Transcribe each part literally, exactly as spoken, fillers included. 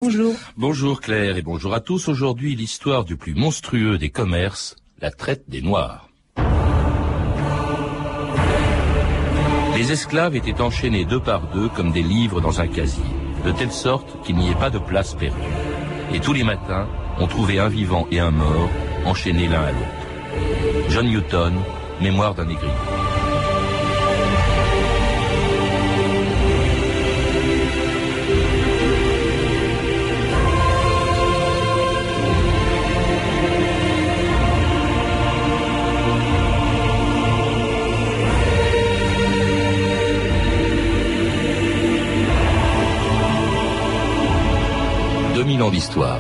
Bonjour. Bonjour Claire et bonjour à tous. Aujourd'hui, l'histoire du plus monstrueux des commerces, la traite des Noirs. Les esclaves étaient enchaînés deux par deux comme des livres dans un casier, de telle sorte qu'il n'y ait pas de place perdue. Et tous les matins, on trouvait un vivant et un mort enchaînés l'un à l'autre. John Newton, Mémoire d'un négrier. deux mille ans d'histoire.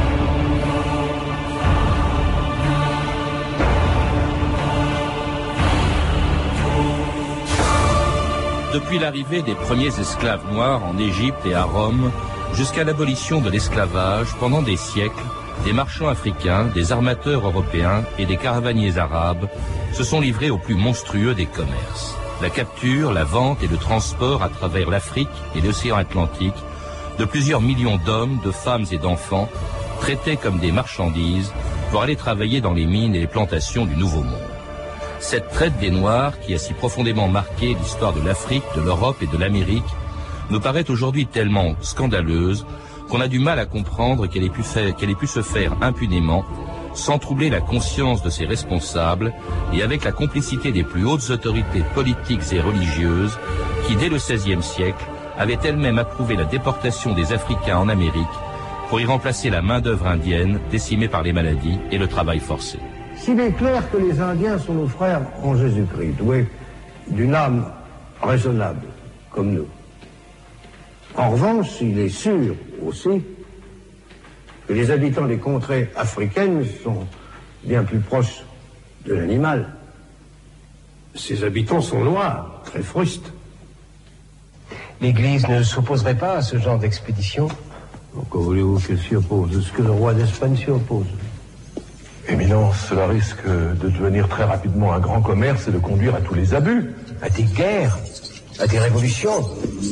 Depuis l'arrivée des premiers esclaves noirs en Égypte et à Rome, jusqu'à l'abolition de l'esclavage, pendant des siècles, des marchands africains, des armateurs européens et des caravaniers arabes se sont livrés au plus monstrueux des commerces. La capture, la vente et le transport à travers l'Afrique et l'océan Atlantique de plusieurs millions d'hommes, de femmes et d'enfants, traités comme des marchandises pour aller travailler dans les mines et les plantations du Nouveau Monde. Cette traite des Noirs, qui a si profondément marqué l'histoire de l'Afrique, de l'Europe et de l'Amérique, nous paraît aujourd'hui tellement scandaleuse qu'on a du mal à comprendre qu'elle ait pu faire, qu'elle ait pu se faire impunément, sans troubler la conscience de ses responsables et avec la complicité des plus hautes autorités politiques et religieuses qui, dès le seizième siècle, avait elle-même approuvé la déportation des Africains en Amérique pour y remplacer la main-d'œuvre indienne décimée par les maladies et le travail forcé. S'il est clair que les Indiens sont nos frères en Jésus-Christ, doués d'une âme raisonnable, comme nous. En revanche, il est sûr aussi que les habitants des contrées africaines sont bien plus proches de l'animal. Ces habitants sont noirs, très frustes. L'Église ne s'opposerait pas à ce genre d'expédition? Pourquoi voulez-vous qu'elle s'y oppose? Est-ce que le roi d'Espagne s'y oppose? Éminence, cela risque de devenir très rapidement un grand commerce et de conduire à tous les abus. À des guerres, à des révolutions.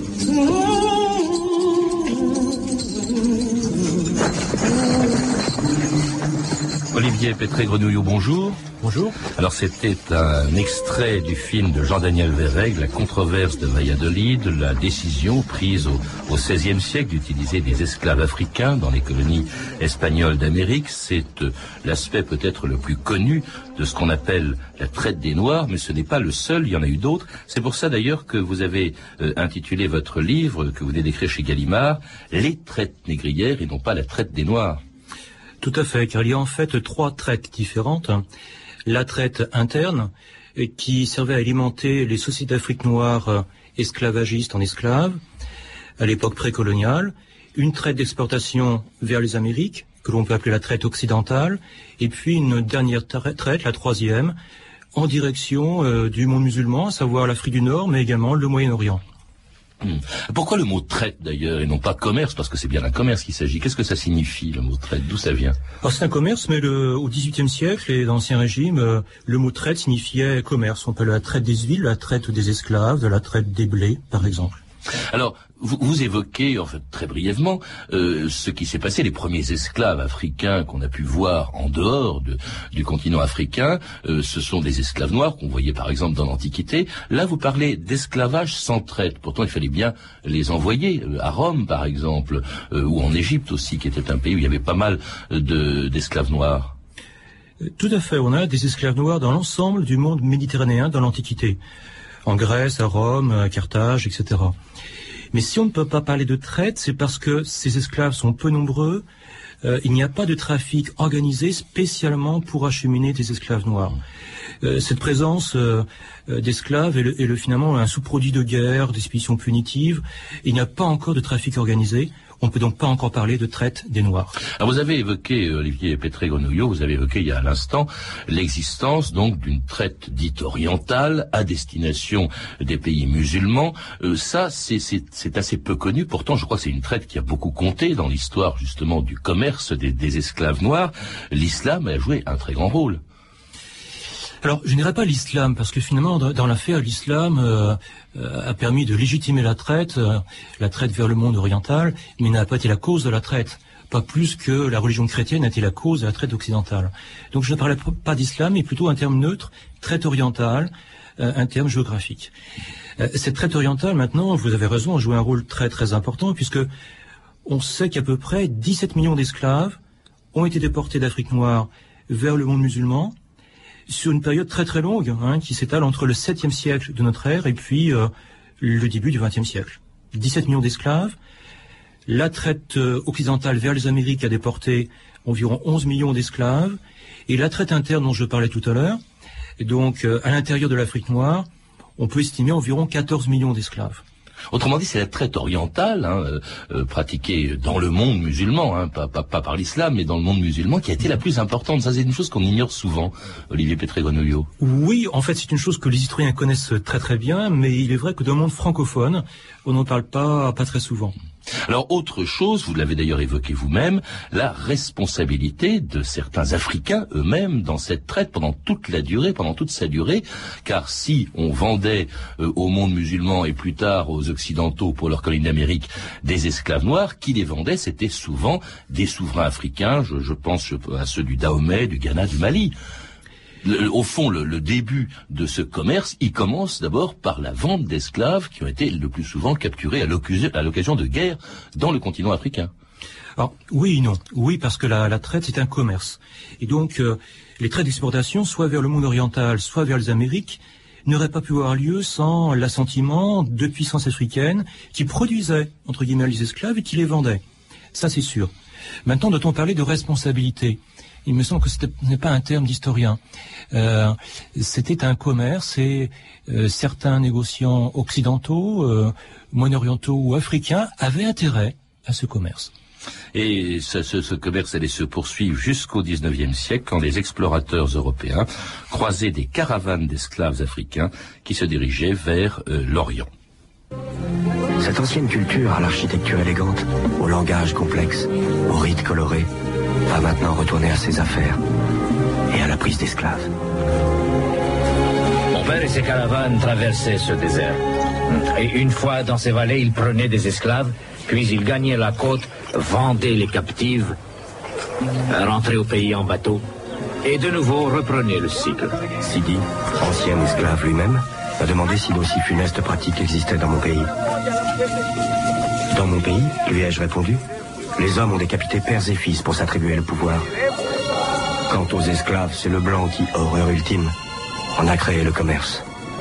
Olivier Pétré-Grenouillot, bonjour. Bonjour. Alors c'était un extrait du film de Jean-Daniel Verrègue, La controverse de Valladolid, la décision prise au, au seizième siècle d'utiliser des esclaves africains dans les colonies espagnoles d'Amérique. C'est euh, l'aspect peut-être le plus connu de ce qu'on appelle la traite des Noirs, mais ce n'est pas le seul, il y en a eu d'autres. C'est pour ça d'ailleurs que vous avez euh, intitulé votre livre, que vous venez d'écrire chez Gallimard, Les traites négrières et non pas la traite des Noirs. Tout à fait, car il y a en fait trois traites différentes. La traite interne, qui servait à alimenter les sociétés d'Afrique noire esclavagistes en esclaves, à l'époque précoloniale. Une traite d'exportation vers les Amériques, que l'on peut appeler la traite occidentale. Et puis une dernière traite, la troisième, en direction euh, du monde musulman, à savoir l'Afrique du Nord, mais également le Moyen-Orient. Hum. Pourquoi le mot traite d'ailleurs et non pas commerce? Parce que c'est bien d'un commerce qu'il s'agit. Qu'est-ce que ça signifie le mot traite? D'où ça vient? Alors c'est un commerce, mais le, au dix-huitième siècle et dans l'Ancien Régime, euh, le mot traite signifiait commerce. On peut la traite des huiles, la traite des esclaves, de la traite des blés, par exemple. Alors, vous, vous évoquez, en fait, très brièvement, euh, ce qui s'est passé, les premiers esclaves africains qu'on a pu voir en dehors de, du continent africain. Euh, ce sont des esclaves noirs qu'on voyait, par exemple, dans l'Antiquité. Là, vous parlez d'esclavage sans traite. Pourtant, il fallait bien les envoyer euh, à Rome, par exemple, euh, ou en Égypte aussi, qui était un pays où il y avait pas mal de, d'esclaves noirs. Tout à fait. On a des esclaves noirs dans l'ensemble du monde méditerranéen dans l'Antiquité. En Grèce, à Rome, à Carthage, et cetera. Mais si on ne peut pas parler de traite, c'est parce que ces esclaves sont peu nombreux. Euh, il n'y a pas de trafic organisé spécialement pour acheminer des esclaves noirs. Euh, cette présence euh, d'esclaves est, le, est le, finalement un sous-produit de guerre, d'expéditions punitives. Il n'y a pas encore de trafic organisé. On ne peut donc pas encore parler de traite des Noirs. Alors vous avez évoqué, Olivier Pétré-Grenouillot, vous avez évoqué il y a un instant l'existence donc d'une traite dite orientale à destination des pays musulmans. Euh, ça, c'est, c'est, c'est assez peu connu. Pourtant, je crois que c'est une traite qui a beaucoup compté dans l'histoire justement du commerce des, des esclaves noirs. L'islam a joué un très grand rôle. Alors, je n'irai pas l'islam, parce que finalement, dans, dans l'affaire, l'islam euh, euh, a permis de légitimer la traite, euh, la traite vers le monde oriental, mais n'a pas été la cause de la traite, pas plus que la religion chrétienne a été la cause de la traite occidentale. Donc je ne parlais pas d'islam, mais plutôt un terme neutre, traite orientale, euh, un terme géographique. Euh, cette traite orientale, maintenant, vous avez raison, a joué un rôle très très important, puisque on sait qu'à peu près dix-sept millions d'esclaves ont été déportés d'Afrique noire vers le monde musulman, sur une période très très longue, hein, qui s'étale entre le septième siècle de notre ère et puis euh, le début du vingtième siècle. dix-sept millions d'esclaves. La traite euh, occidentale vers les Amériques a déporté environ onze millions d'esclaves. Et la traite interne dont je parlais tout à l'heure, donc euh, à l'intérieur de l'Afrique noire, on peut estimer environ quatorze millions d'esclaves. Autrement dit, c'est la traite orientale, hein, euh, pratiquée dans le monde musulman, hein, pas, pas, pas par l'islam, mais dans le monde musulman, qui a été la plus importante. Ça, c'est une chose qu'on ignore souvent, Olivier Pétré-Grenouillot. Oui, en fait, c'est une chose que les historiens connaissent très très bien, mais il est vrai que dans le monde francophone, on n'en parle pas, pas très souvent. Alors, autre chose, vous l'avez d'ailleurs évoqué vous-même, la responsabilité de certains Africains eux-mêmes dans cette traite pendant toute la durée, pendant toute sa durée, car si on vendait euh, au monde musulman et plus tard aux Occidentaux pour leur colonie d'Amérique des esclaves noirs, qui les vendaient, c'était souvent des souverains africains, je, je pense à ceux du Dahomey, du Ghana, du Mali. Le, au fond, le, le début de ce commerce, il commence d'abord par la vente d'esclaves qui ont été le plus souvent capturés à l'occasion de guerres dans le continent africain. Alors, oui et non. Oui, parce que la, la traite, c'est un commerce. Et donc, euh, les traites d'exportation, soit vers le monde oriental, soit vers les Amériques, n'auraient pas pu avoir lieu sans l'assentiment de puissances africaines qui produisaient, entre guillemets, les esclaves et qui les vendaient. Ça, c'est sûr. Maintenant, doit-on parler de responsabilité ? Il me semble que ce n'est pas un terme d'historien. Euh, c'était un commerce et euh, certains négociants occidentaux, euh, moyen-orientaux ou africains avaient intérêt à ce commerce. Et ce, ce, ce commerce allait se poursuivre jusqu'au dix-neuvième siècle quand les explorateurs européens croisaient des caravanes d'esclaves africains qui se dirigeaient vers euh, l'Orient. Cette ancienne culture à l'architecture élégante, au langage complexe, aux rites colorés, va maintenant retourner à ses affaires et à la prise d'esclaves. Mon père et ses caravanes traversaient ce désert. Et une fois dans ces vallées, ils prenaient des esclaves, puis ils gagnaient la côte, vendaient les captives, rentraient au pays en bateau, et de nouveau reprenaient le cycle. Sidi, ancien esclave lui-même, m'a demandé si d'aussi funestes pratiques existaient dans mon pays. Dans mon pays, lui ai-je répondu, les hommes ont décapité pères et fils pour s'attribuer le pouvoir. Quant aux esclaves, c'est le blanc qui, horreur ultime, en a créé le commerce.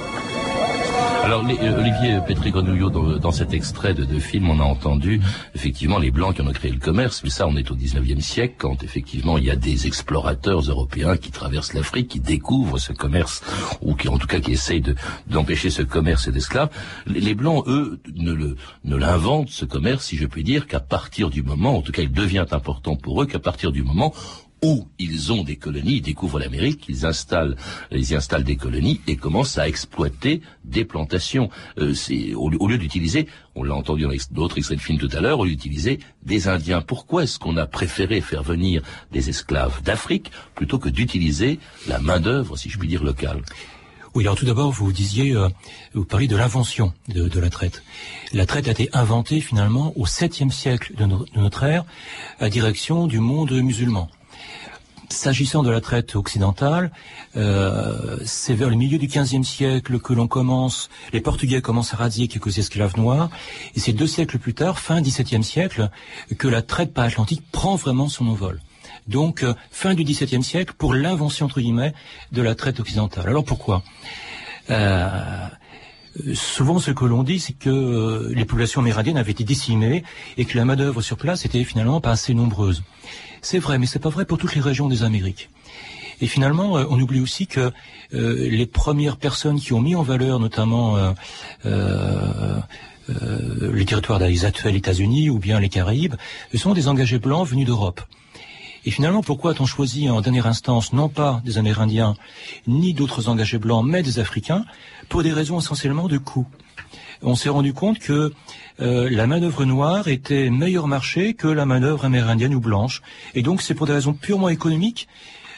Alors, les, euh, Olivier Pétré-Grenouillot, dans, dans cet extrait de, de film, on a entendu effectivement les Blancs qui ont créé le commerce, mais ça, on est au dix-neuvième siècle, quand effectivement il y a des explorateurs européens qui traversent l'Afrique, qui découvrent ce commerce, ou qui en tout cas qui essayent de, d'empêcher ce commerce d'esclaves. Les, les Blancs, eux, ne, le, ne l'inventent, ce commerce, si je puis dire, qu'à partir du moment, en tout cas il devient important pour eux, qu'à partir du moment où ils ont des colonies, ils découvrent l'Amérique, ils installent, ils y installent des colonies et commencent à exploiter des plantations. Euh, c'est, au, au lieu d'utiliser, on l'a entendu dans d'autres extraits de films tout à l'heure, au lieu d'utiliser des Indiens. Pourquoi est-ce qu'on a préféré faire venir des esclaves d'Afrique plutôt que d'utiliser la main-d'œuvre, si je puis dire, locale ? Oui, alors tout d'abord, vous disiez, euh, vous parliez de l'invention de, de la traite. La traite a été inventée finalement au septième siècle de, no, de notre ère, à direction du monde musulman. S'agissant de la traite occidentale, euh, c'est vers le milieu du quinzième siècle que l'on commence, les Portugais commencent à radier quelques esclaves noirs, et c'est deux siècles plus tard, fin dix-septième siècle, que la traite par Atlantique prend vraiment son envol. Donc, euh, fin du dix-septième siècle pour l'invention, entre guillemets, de la traite occidentale. Alors pourquoi ? euh, Souvent, ce que l'on dit, c'est que euh, les populations amérindiennes avaient été décimées et que la main-d'œuvre sur place était finalement pas assez nombreuse. C'est vrai, mais c'est pas vrai pour toutes les régions des Amériques. Et finalement, euh, on oublie aussi que euh, les premières personnes qui ont mis en valeur, notamment euh, euh, euh, les territoires des actuels États-Unis ou bien les Caraïbes, ce sont des engagés blancs venus d'Europe. Et finalement, pourquoi a-t-on choisi en dernière instance non pas des Amérindiens ni d'autres engagés blancs, mais des Africains, pour des raisons essentiellement de coût. On s'est rendu compte que euh, la main-d'œuvre noire était meilleur marché que la main-d'œuvre amérindienne ou blanche. Et donc, c'est pour des raisons purement économiques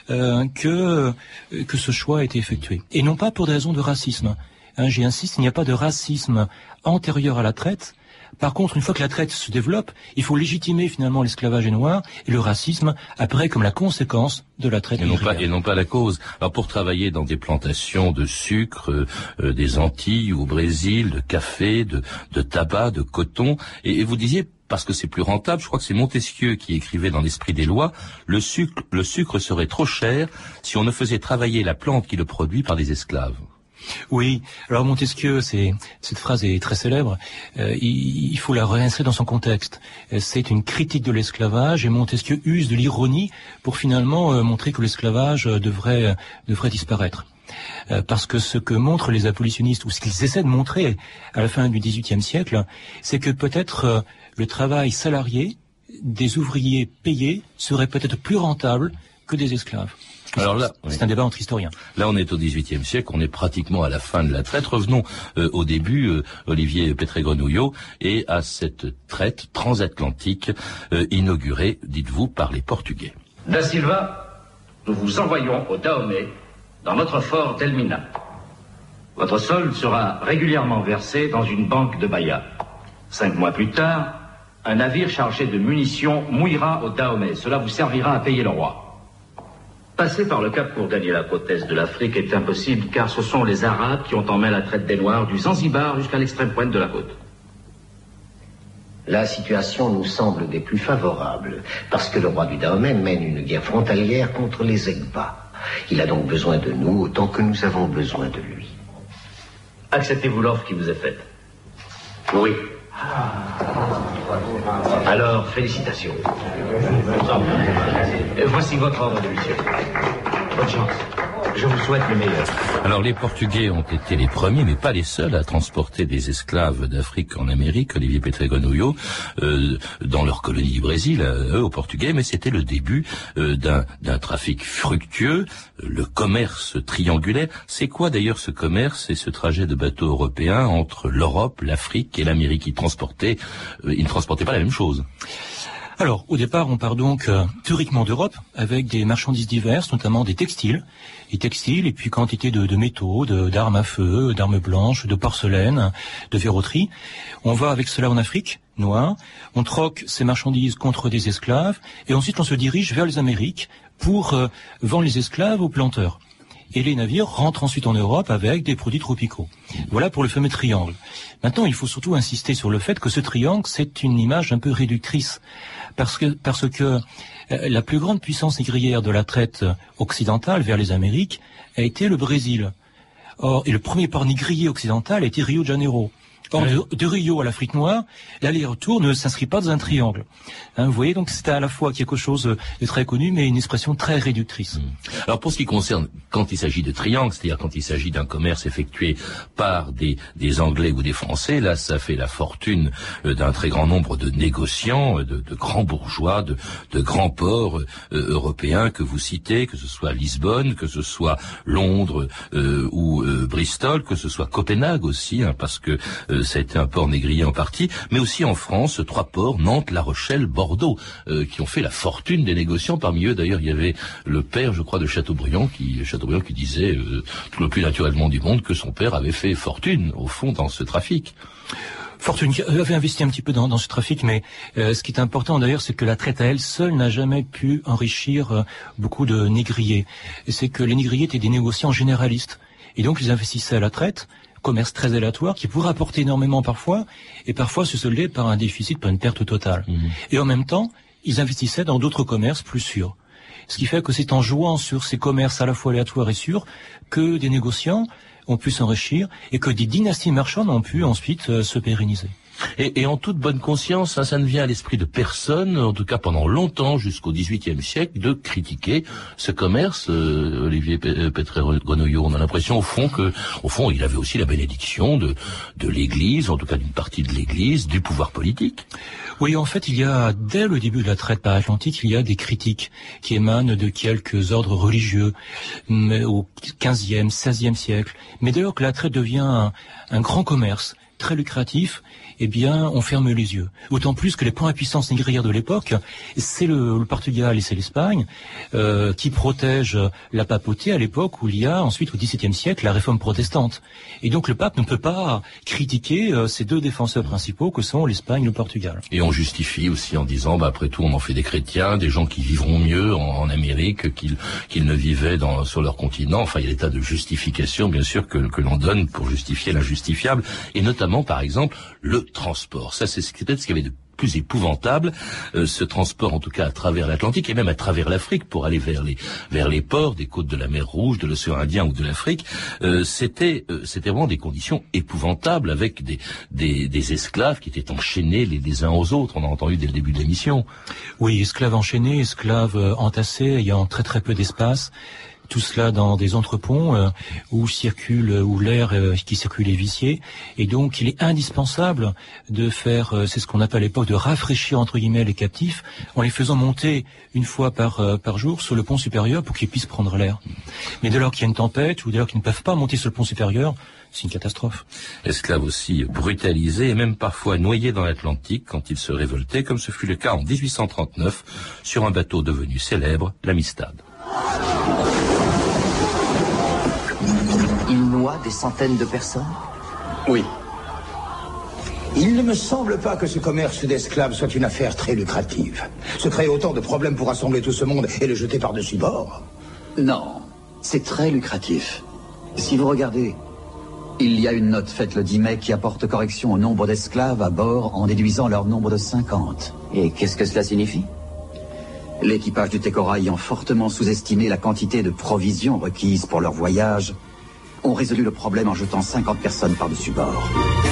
euh, que que ce choix a été effectué. Et non pas pour des raisons de racisme. Hein, j'y insiste, il n'y a pas de racisme antérieur à la traite. Par contre, une fois que la traite se développe, il faut légitimer finalement l'esclavage des Noirs et le racisme apparaît comme la conséquence de la traite. Et non pas, et non pas la cause. Alors pour travailler dans des plantations de sucre, euh, euh, des Antilles ou au Brésil, de café, de, de tabac, de coton, et, et vous disiez, parce que c'est plus rentable, je crois que c'est Montesquieu qui écrivait dans l'Esprit des lois, le sucre, le sucre serait trop cher si on ne faisait travailler la plante qui le produit par des esclaves. Oui, alors Montesquieu, c'est, cette phrase est très célèbre, euh, il, il faut la réinsérer dans son contexte. C'est une critique de l'esclavage et Montesquieu use de l'ironie pour finalement euh, montrer que l'esclavage euh, devrait, euh, devrait disparaître. Euh, parce que ce que montrent les abolitionnistes, ou ce qu'ils essaient de montrer à la fin du dix-huitième siècle, c'est que peut-être euh, le travail salarié des ouvriers payés serait peut-être plus rentable que des esclaves. Alors là, c'est oui. un débat entre historiens. Là, on est au dix-huitième siècle, on est pratiquement à la fin de la traite. Revenons euh, au début, euh, Olivier Petré-Grenouillot, et à cette traite transatlantique euh, inaugurée, dites-vous, par les Portugais. Da Silva, nous vous envoyons au Dahomey, dans notre fort d'Elmina. Votre solde sera régulièrement versé dans une banque de Bahia. Cinq mois plus tard, un navire chargé de munitions mouillera au Dahomey. Cela vous servira à payer le roi. Passer par le Cap pour gagner la côte est de l'Afrique est impossible car ce sont les Arabes qui ont en main la traite des Noirs du Zanzibar jusqu'à l'extrême pointe de la côte. La situation nous semble des plus favorables parce que le roi du Dahomey mène une guerre frontalière contre les Egba. Il a donc besoin de nous autant que nous avons besoin de lui. Acceptez-vous l'offre qui vous est faite? Oui. Alors, félicitations. Voici votre ordre de mission. Bonne chance. Je vous souhaite le meilleur. Alors les Portugais ont été les premiers, mais pas les seuls, à transporter des esclaves d'Afrique en Amérique, Olivier Petré-Grenouillot, euh, dans leur colonie du Brésil, euh, eux, aux Portugais, mais c'était le début euh, d'un, d'un trafic fructueux, le commerce triangulaire. C'est quoi d'ailleurs ce commerce et ce trajet de bateaux européens entre l'Europe, l'Afrique et l'Amérique? Ils transportaient, euh, ils ne transportaient pas la même chose. Alors, au départ, on part donc euh, théoriquement d'Europe, avec des marchandises diverses, notamment des textiles, et textiles, et puis quantité de, de métaux, de, d'armes à feu, d'armes blanches, de porcelaine, de verroterie. On va avec cela en Afrique noire, on troque ces marchandises contre des esclaves, et ensuite on se dirige vers les Amériques pour euh, vendre les esclaves aux planteurs. Et les navires rentrent ensuite en Europe avec des produits tropicaux. Voilà pour le fameux triangle. Maintenant, il faut surtout insister sur le fait que ce triangle, c'est une image un peu réductrice. Parce que, parce que la plus grande puissance négrière de la traite occidentale vers les Amériques a été le Brésil. Or, et le premier port négrier occidental a été Rio de Janeiro. Or, de, de Rio à l'Afrique noire, l'aller-retour ne s'inscrit pas dans un triangle. Hein, vous voyez, donc c'est à la fois quelque chose de très connu, mais une expression très réductrice. Alors pour ce qui concerne, quand il s'agit de triangle, c'est-à-dire quand il s'agit d'un commerce effectué par des, des Anglais ou des Français, là ça fait la fortune euh, d'un très grand nombre de négociants, de, de grands bourgeois, de, de grands ports euh, européens que vous citez, que ce soit Lisbonne, que ce soit Londres euh, ou euh, Bristol, que ce soit Copenhague aussi, hein, parce que euh, ça a été un port négrier en partie, mais aussi en France, trois ports, Nantes, La Rochelle, Bordeaux, euh, qui ont fait la fortune des négociants. Parmi eux, d'ailleurs, il y avait le père, je crois, de Chateaubriand, qui, Chateaubriand qui disait, euh, tout le plus naturellement du monde, que son père avait fait fortune, au fond, dans ce trafic. Fortune qui avait investi un petit peu dans, dans ce trafic, mais euh, ce qui est important d'ailleurs, c'est que la traite à elle seule n'a jamais pu enrichir euh, beaucoup de négriers. Et c'est que les négriers étaient des négociants généralistes. Et donc, ils investissaient à la traite, commerce très aléatoire, qui pourrait apporter énormément parfois, et parfois se solder par un déficit, par une perte totale. Mmh. Et en même temps, ils investissaient dans d'autres commerces plus sûrs. Ce qui fait que c'est en jouant sur ces commerces à la fois aléatoires et sûrs que des négociants ont pu s'enrichir et que des dynasties marchandes ont pu ensuite euh, se pérenniser. Et, et en toute bonne conscience, hein, ça ne vient à l'esprit de personne, en tout cas pendant longtemps, jusqu'au dix-huitième siècle, de critiquer ce commerce. Euh, Olivier Petré-Grenouillot, on a l'impression au fond que, au fond, il avait aussi la bénédiction de, de l'Église, en tout cas d'une partie de l'Église, du pouvoir politique. Oui, en fait, il y a, dès le début de la traite par Atlantique, il y a des critiques qui émanent de quelques ordres religieux, mais au quinzième, seizième siècle. Mais dès lors que la traite devient un, un grand commerce, très lucratif, eh bien, on ferme les yeux. Autant plus que les points à puissance négrière de l'époque, c'est le, le Portugal et c'est l'Espagne euh, qui protègent la papauté à l'époque où il y a ensuite au dix-septième siècle la réforme protestante. Et donc le pape ne peut pas critiquer euh, ces deux défenseurs principaux que sont l'Espagne et le Portugal. Et on justifie aussi en disant, bah, après tout, on en fait des chrétiens, des gens qui vivront mieux en, en Amérique qu'ils qu'ils ne vivaient dans, sur leur continent. Enfin, il y a des tas de justifications, bien sûr, que, que l'on donne pour justifier l'injustifiable, et notamment, par exemple, le transport. Ça, c'est peut-être ce qu'il y avait de plus épouvantable, euh, ce transport en tout cas à travers l'Atlantique et même à travers l'Afrique pour aller vers les vers les ports des côtes de la mer Rouge, de l'océan Indien ou de l'Afrique. Euh, c'était euh, c'était vraiment des conditions épouvantables avec des des, des esclaves qui étaient enchaînés les, les uns aux autres. On a entendu dès le début de l'émission. Oui, esclaves enchaînés, esclaves euh, entassés, ayant très très peu d'espace. Tout cela dans des entreponts euh, où circule, où l'air euh, qui circule est vicié, et donc il est indispensable de faire, euh, c'est ce qu'on appelle à l'époque, de rafraîchir entre guillemets les captifs en les faisant monter une fois par euh, par jour sur le pont supérieur pour qu'ils puissent prendre l'air. Mais dès lors qu'il y a une tempête ou dès lors qu'ils ne peuvent pas monter sur le pont supérieur, c'est une catastrophe. Esclaves aussi brutalisés et même parfois noyés dans l'Atlantique quand ils se révoltaient, comme ce fut le cas en dix-huit cent trente-neuf sur un bateau devenu célèbre, l'Amistad. Il noie des centaines de personnes? Oui. Il ne me semble pas que ce commerce d'esclaves soit une affaire très lucrative. Se créer autant de problèmes pour rassembler tout ce monde et le jeter par-dessus bord? Non, c'est très lucratif. Si vous regardez, il y a une note faite le dix mai qui apporte correction au nombre d'esclaves à bord en déduisant leur nombre de cinquante. Et qu'est-ce que cela signifie? L'équipage du Tekora ayant fortement sous-estimé la quantité de provisions requises pour leur voyage, ont résolu le problème en jetant cinquante personnes par-dessus bord.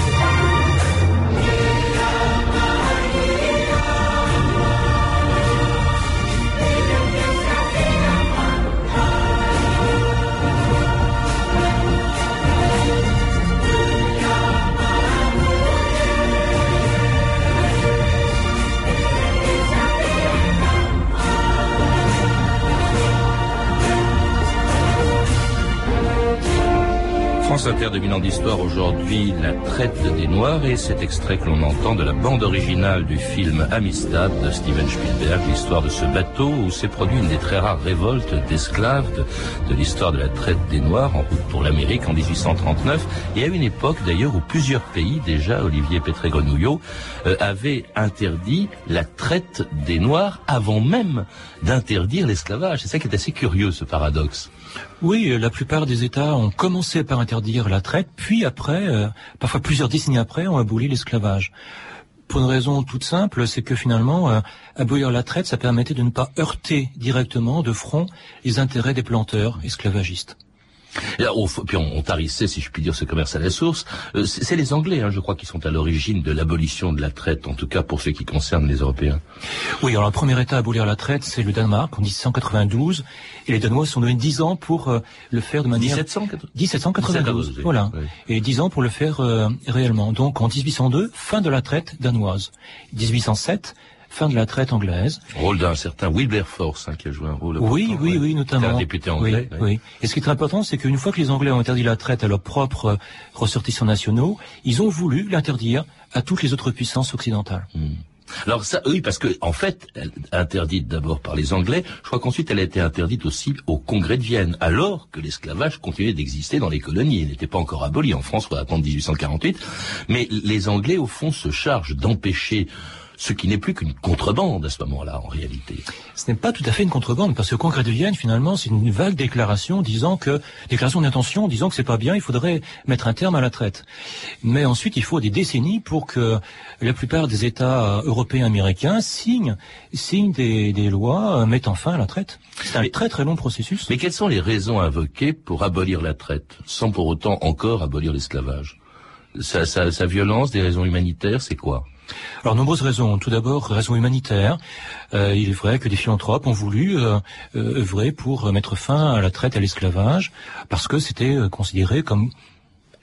France Inter, deux mille ans d'histoire, aujourd'hui, la traite des Noirs, et cet extrait que l'on entend de la bande originale du film Amistad de Steven Spielberg, l'histoire de ce bateau où s'est produit une des très rares révoltes d'esclaves de, de l'histoire de la traite des Noirs en route pour l'Amérique en dix-huit cent trente-neuf, et à une époque d'ailleurs où plusieurs pays, déjà Olivier Pétré-Grenouillot, euh, avaient interdit la traite des Noirs avant même d'interdire l'esclavage. C'est ça qui est assez curieux, ce paradoxe. Oui, la plupart des États ont commencé par interdire la traite, puis après, euh, parfois plusieurs décennies après, ont aboli l'esclavage. Pour une raison toute simple, c'est que finalement, euh, abolir la traite, ça permettait de ne pas heurter directement de front les intérêts des planteurs esclavagistes. Et là, on, puis on, on tarissait, si je puis dire, ce commerce à la source. Euh, c'est, c'est les Anglais, hein, je crois, qui sont à l'origine de l'abolition de la traite, en tout cas pour ce qui concerne les Européens. Oui, alors le premier État à abolir la traite, c'est le Danemark en dix-sept cent quatre-vingt-douze, et les Danois sont donnés dix ans pour euh, le faire de manière... dix-sept cent quatre-vingt-douze, voilà. Oui. Et dix ans pour le faire euh, réellement. Donc en dix-huit cent deux, fin de la traite danoise. dix-huit cent sept, fin de la traite anglaise. Rôle d'un certain Wilberforce, hein, qui a joué un rôle oui, important. Oui, oui, oui, notamment. Un député anglais. Oui, oui. oui. Et ce qui est très important, c'est qu'une fois que les Anglais ont interdit la traite à leurs propres euh, ressortissants nationaux, ils ont voulu l'interdire à toutes les autres puissances occidentales. Hmm. Alors ça, oui, parce que en fait, elle, interdite d'abord par les Anglais, je crois qu'ensuite elle a été interdite aussi au Congrès de Vienne, alors que l'esclavage continuait d'exister dans les colonies. Il n'était pas encore aboli en France, on va attendre dix-huit cent quarante-huit. Mais les Anglais, au fond, se chargent d'empêcher ce qui n'est plus qu'une contrebande à ce moment-là, en réalité. Ce n'est pas tout à fait une contrebande, parce que le Congrès de Vienne, finalement, c'est une vague déclaration disant que, déclaration d'intention disant que c'est pas bien, il faudrait mettre un terme à la traite. Mais ensuite, il faut des décennies pour que la plupart des États européens américains signent, signent des, des lois mettant fin à la traite. C'est un mais, très très long processus. Mais quelles sont les raisons invoquées pour abolir la traite, sans pour autant encore abolir l'esclavage? Sa, sa, sa violence, des raisons humanitaires, c'est quoi? Alors, nombreuses raisons. Tout d'abord, raisons humanitaires. Euh, il est vrai que des philanthropes ont voulu euh, euh, œuvrer pour mettre fin à la traite et à l'esclavage, parce que c'était euh, considéré comme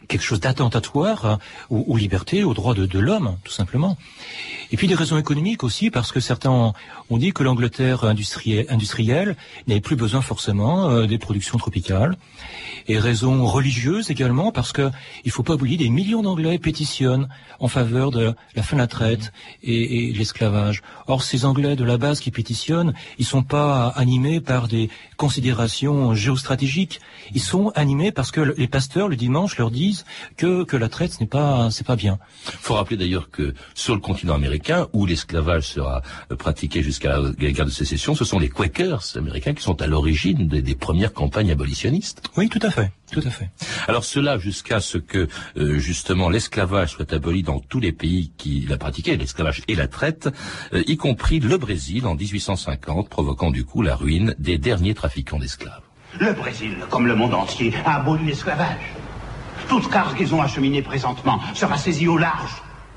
quelque chose d'attentatoire euh, aux, aux libertés, aux droits de, de l'homme, tout simplement. Et puis des raisons économiques aussi, parce que certains ont, ont dit que l'Angleterre industrielle, industrielle n'avait plus besoin forcément euh, des productions tropicales. Et raisons religieuses également, parce que il faut pas oublier, des millions d'Anglais pétitionnent en faveur de la fin de la traite et, et l'esclavage. Or, ces Anglais de la base qui pétitionnent, ils sont pas animés par des considérations géostratégiques. Ils sont animés parce que les pasteurs le dimanche leur disent que que la traite ce n'est pas c'est pas bien. Faut rappeler d'ailleurs que sur le continent américain, où l'esclavage sera pratiqué jusqu'à la guerre de sécession, ce sont les Quakers américains qui sont à l'origine des, des premières campagnes abolitionnistes. Oui, tout à fait, tout à fait. Alors cela jusqu'à ce que euh, justement l'esclavage soit aboli dans tous les pays qui l'a pratiqué, l'esclavage et la traite, euh, y compris le Brésil en dix-huit cent cinquante, provoquant du coup la ruine des derniers trafiquants d'esclaves. Le Brésil, comme le monde entier, a aboli l'esclavage. Toute cargaison acheminée présentement sera saisie au large.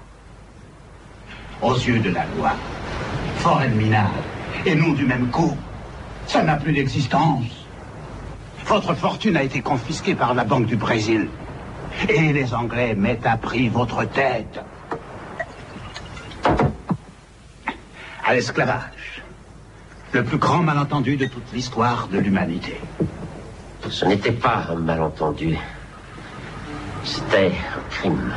Aux yeux de la loi, forêt de minage et nous du même coup, ça n'a plus d'existence. Votre fortune a été confisquée par la Banque du Brésil. Et les Anglais mettent à prix votre tête. À l'esclavage. Le plus grand malentendu de toute l'histoire de l'humanité. Ce n'était pas un malentendu. C'était un crime.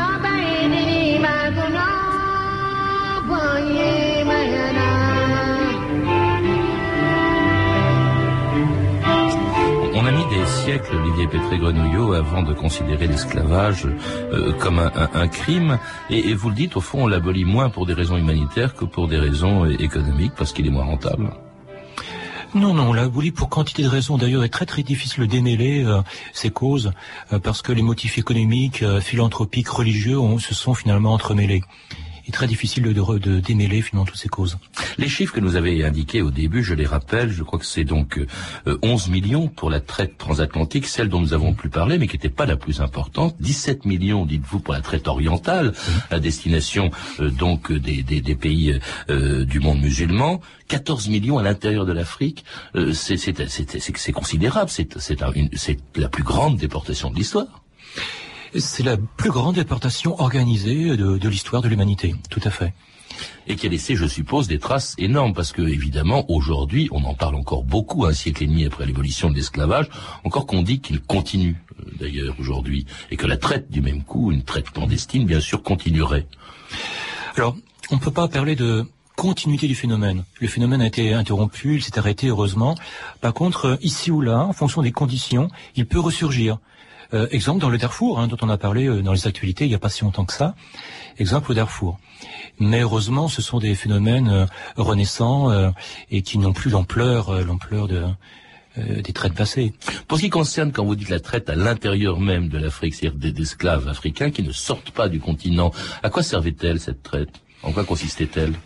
On a mis des siècles, Olivier Pétré-Grenouillot, avant de considérer l'esclavage euh, comme un, un, un crime. Et, et vous le dites, au fond, on l'abolit moins pour des raisons humanitaires que pour des raisons économiques, parce qu'il est moins rentable. Non, non, on l'a aboli pour quantité de raisons. D'ailleurs, il est très très difficile de démêler euh, ces causes, euh, parce que les motifs économiques, euh, philanthropiques, religieux on, se sont finalement entremêlés. Il est très difficile de, de, de démêler finalement toutes ces causes. Les chiffres que nous avez indiqués au début, je les rappelle, je crois que c'est donc euh, onze millions pour la traite transatlantique, celle dont nous avons plus parlé, mais qui n'était pas la plus importante. dix-sept millions, dites-vous, pour la traite orientale, mmh. à destination euh, donc des, des, des pays euh, du monde musulman. quatorze millions à l'intérieur de l'Afrique, euh, c'est, c'est, c'est, c'est, c'est considérable, c'est, c'est, une, c'est la plus grande déportation de l'histoire. C'est la plus grande déportation organisée de, de l'histoire de l'humanité, tout à fait. Et qui a laissé, je suppose, des traces énormes, parce que, évidemment, aujourd'hui, on en parle encore beaucoup, un siècle et demi après l'abolition de l'esclavage, encore qu'on dit qu'il continue, euh, d'ailleurs, aujourd'hui, et que la traite, du même coup, une traite clandestine, bien sûr, continuerait. Alors, on ne peut pas parler de continuité du phénomène. Le phénomène a été interrompu, il s'est arrêté, heureusement. Par contre, ici ou là, en fonction des conditions, il peut ressurgir. Euh, exemple dans le Darfour, hein, dont on a parlé euh, dans les actualités il n'y a pas si longtemps que ça. Exemple au Darfour. Mais heureusement, ce sont des phénomènes euh, renaissants euh, et qui n'ont plus l'ampleur, euh, l'ampleur de, euh, des traites passées. Pour ce qui concerne, quand vous dites la traite à l'intérieur même de l'Afrique, c'est-à-dire des esclaves africains qui ne sortent pas du continent, à quoi servait-elle cette traite? En quoi consistait-elle?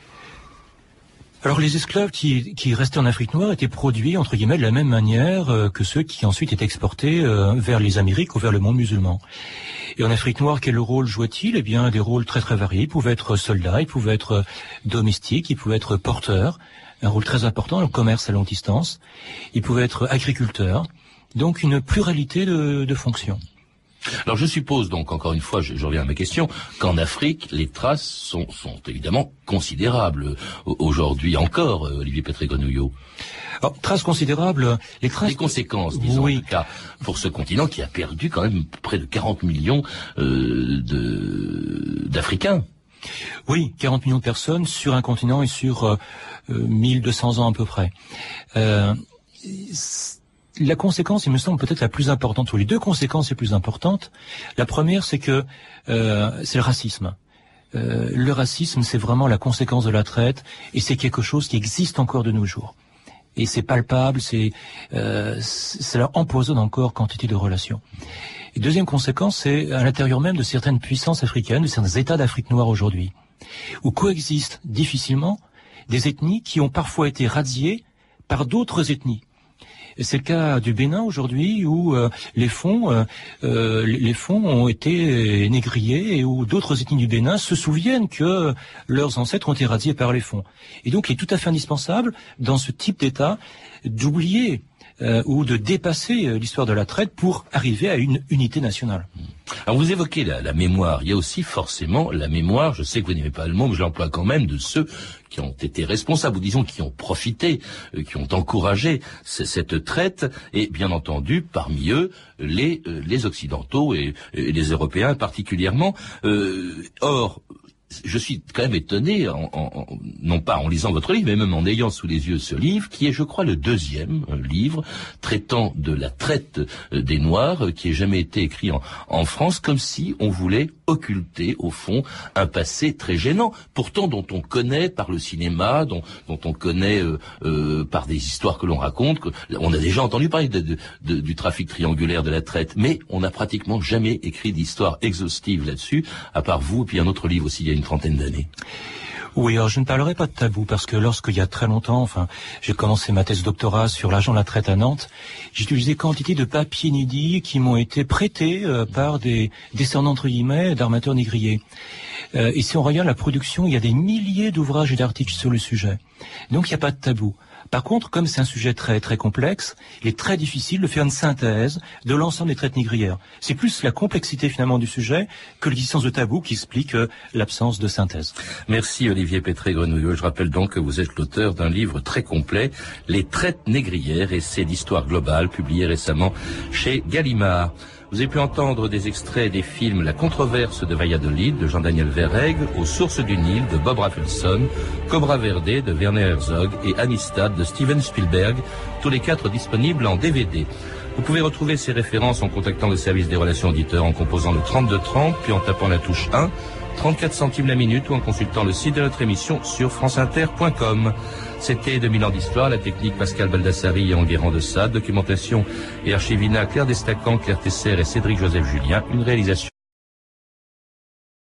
Alors les esclaves qui, qui restaient en Afrique noire étaient produits, entre guillemets, de la même manière euh, que ceux qui ensuite étaient exportés euh, vers les Amériques ou vers le monde musulman. Et en Afrique noire, quel rôle jouait-il? Eh bien, des rôles très très variés. Ils pouvaient être soldats, ils pouvaient être domestiques, ils pouvaient être porteurs, un rôle très important, le commerce à longue distance. Ils pouvaient être agriculteurs, donc une pluralité de, de fonctions. Alors je suppose donc, encore une fois, je, je reviens à ma question, qu'en Afrique, les traces sont, sont évidemment considérables aujourd'hui encore, Olivier Pétré-Grenouillot. Alors, traces considérables, les traces... Les conséquences, disons, oui. en tout cas, pour ce continent qui a perdu quand même près de quarante millions euh, de, d'Africains. Oui, quarante millions de personnes sur un continent et sur euh, mille deux cents ans à peu près. Euh, La conséquence, il me semble, peut-être la plus importante, ou les deux conséquences les plus importantes. La première, c'est que euh, c'est le racisme. Euh, le racisme, c'est vraiment la conséquence de la traite, et c'est quelque chose qui existe encore de nos jours. Et c'est palpable, c'est euh, cela empoisonne encore quantité de relations. Et deuxième conséquence, c'est à l'intérieur même de certaines puissances africaines, de certains États d'Afrique noire aujourd'hui, où coexistent difficilement des ethnies qui ont parfois été radiées par d'autres ethnies. C'est le cas du Bénin aujourd'hui où euh, les fonds, euh, euh, les fonds ont été négriers et où d'autres ethnies du Bénin se souviennent que leurs ancêtres ont été radiés par les fonds. Et donc, il est tout à fait indispensable dans ce type d'État d'oublier euh, ou de dépasser l'histoire de la traite pour arriver à une unité nationale. Alors vous évoquez la, la mémoire, il y a aussi forcément la mémoire, je sais que vous n'aimez pas le mot, mais je l'emploie quand même, de ceux qui ont été responsables, ou disons qui ont profité, euh, qui ont encouragé c- cette traite, et bien entendu, parmi eux, les, euh, les Occidentaux et, et les Européens particulièrement. Euh, or, je suis quand même étonné, en, en, non pas en lisant votre livre, mais même en ayant sous les yeux ce livre, qui est, je crois, le deuxième livre traitant de la traite des Noirs, qui ait jamais été écrit en, en France, comme si on voulait occulter, au fond, un passé très gênant, pourtant dont on connaît par le cinéma, dont, dont on connaît euh, euh, par des histoires que l'on raconte. Que, on a déjà entendu parler de, de, de, du trafic triangulaire de la traite, mais on n'a pratiquement jamais écrit d'histoire exhaustive là-dessus, à part vous, et puis un autre livre aussi, il y a une trentaine d'années. Oui, alors je ne parlerai pas de tabou, parce que lorsqu'il y a très longtemps, enfin, j'ai commencé ma thèse doctorat sur l'argent de la traite à Nantes, j'ai utilisé quantité de papiers inédits qui m'ont été prêtés euh, par des descendants, entre guillemets, d'armateurs négriers. Euh, et si on regarde la production, il y a des milliers d'ouvrages et d'articles sur le sujet. Donc il n'y a pas de tabou. Par contre, comme c'est un sujet très très complexe, il est très difficile de faire une synthèse de l'ensemble des traites négrières. C'est plus la complexité finalement du sujet que l'existence de tabou qui explique euh, l'absence de synthèse. Merci Olivier Pétré-Grenouillot. Je rappelle donc que vous êtes l'auteur d'un livre très complet, Les traites négrières, essai d'histoire globale, publié récemment chez Gallimard. Vous avez pu entendre des extraits des films La controverse de Valladolid de Jean-Daniel Verreg, Aux sources du Nil de Bob Rafelson, Cobra Verde de Werner Herzog et Amistad de Steven Spielberg, tous les quatre disponibles en D V D. Vous pouvez retrouver ces références en contactant le service des relations auditeurs en composant le trente-deux trente, puis en tapant la touche un, trente-quatre centimes la minute, ou en consultant le site de notre émission sur franceinter point com. C'était deux mille ans d'histoire, la technique Pascal Baldassari et Enguerrand de Sade, documentation et archivina Claire Destacan, Claire Tesser et Cédric Joseph Julien, une réalisation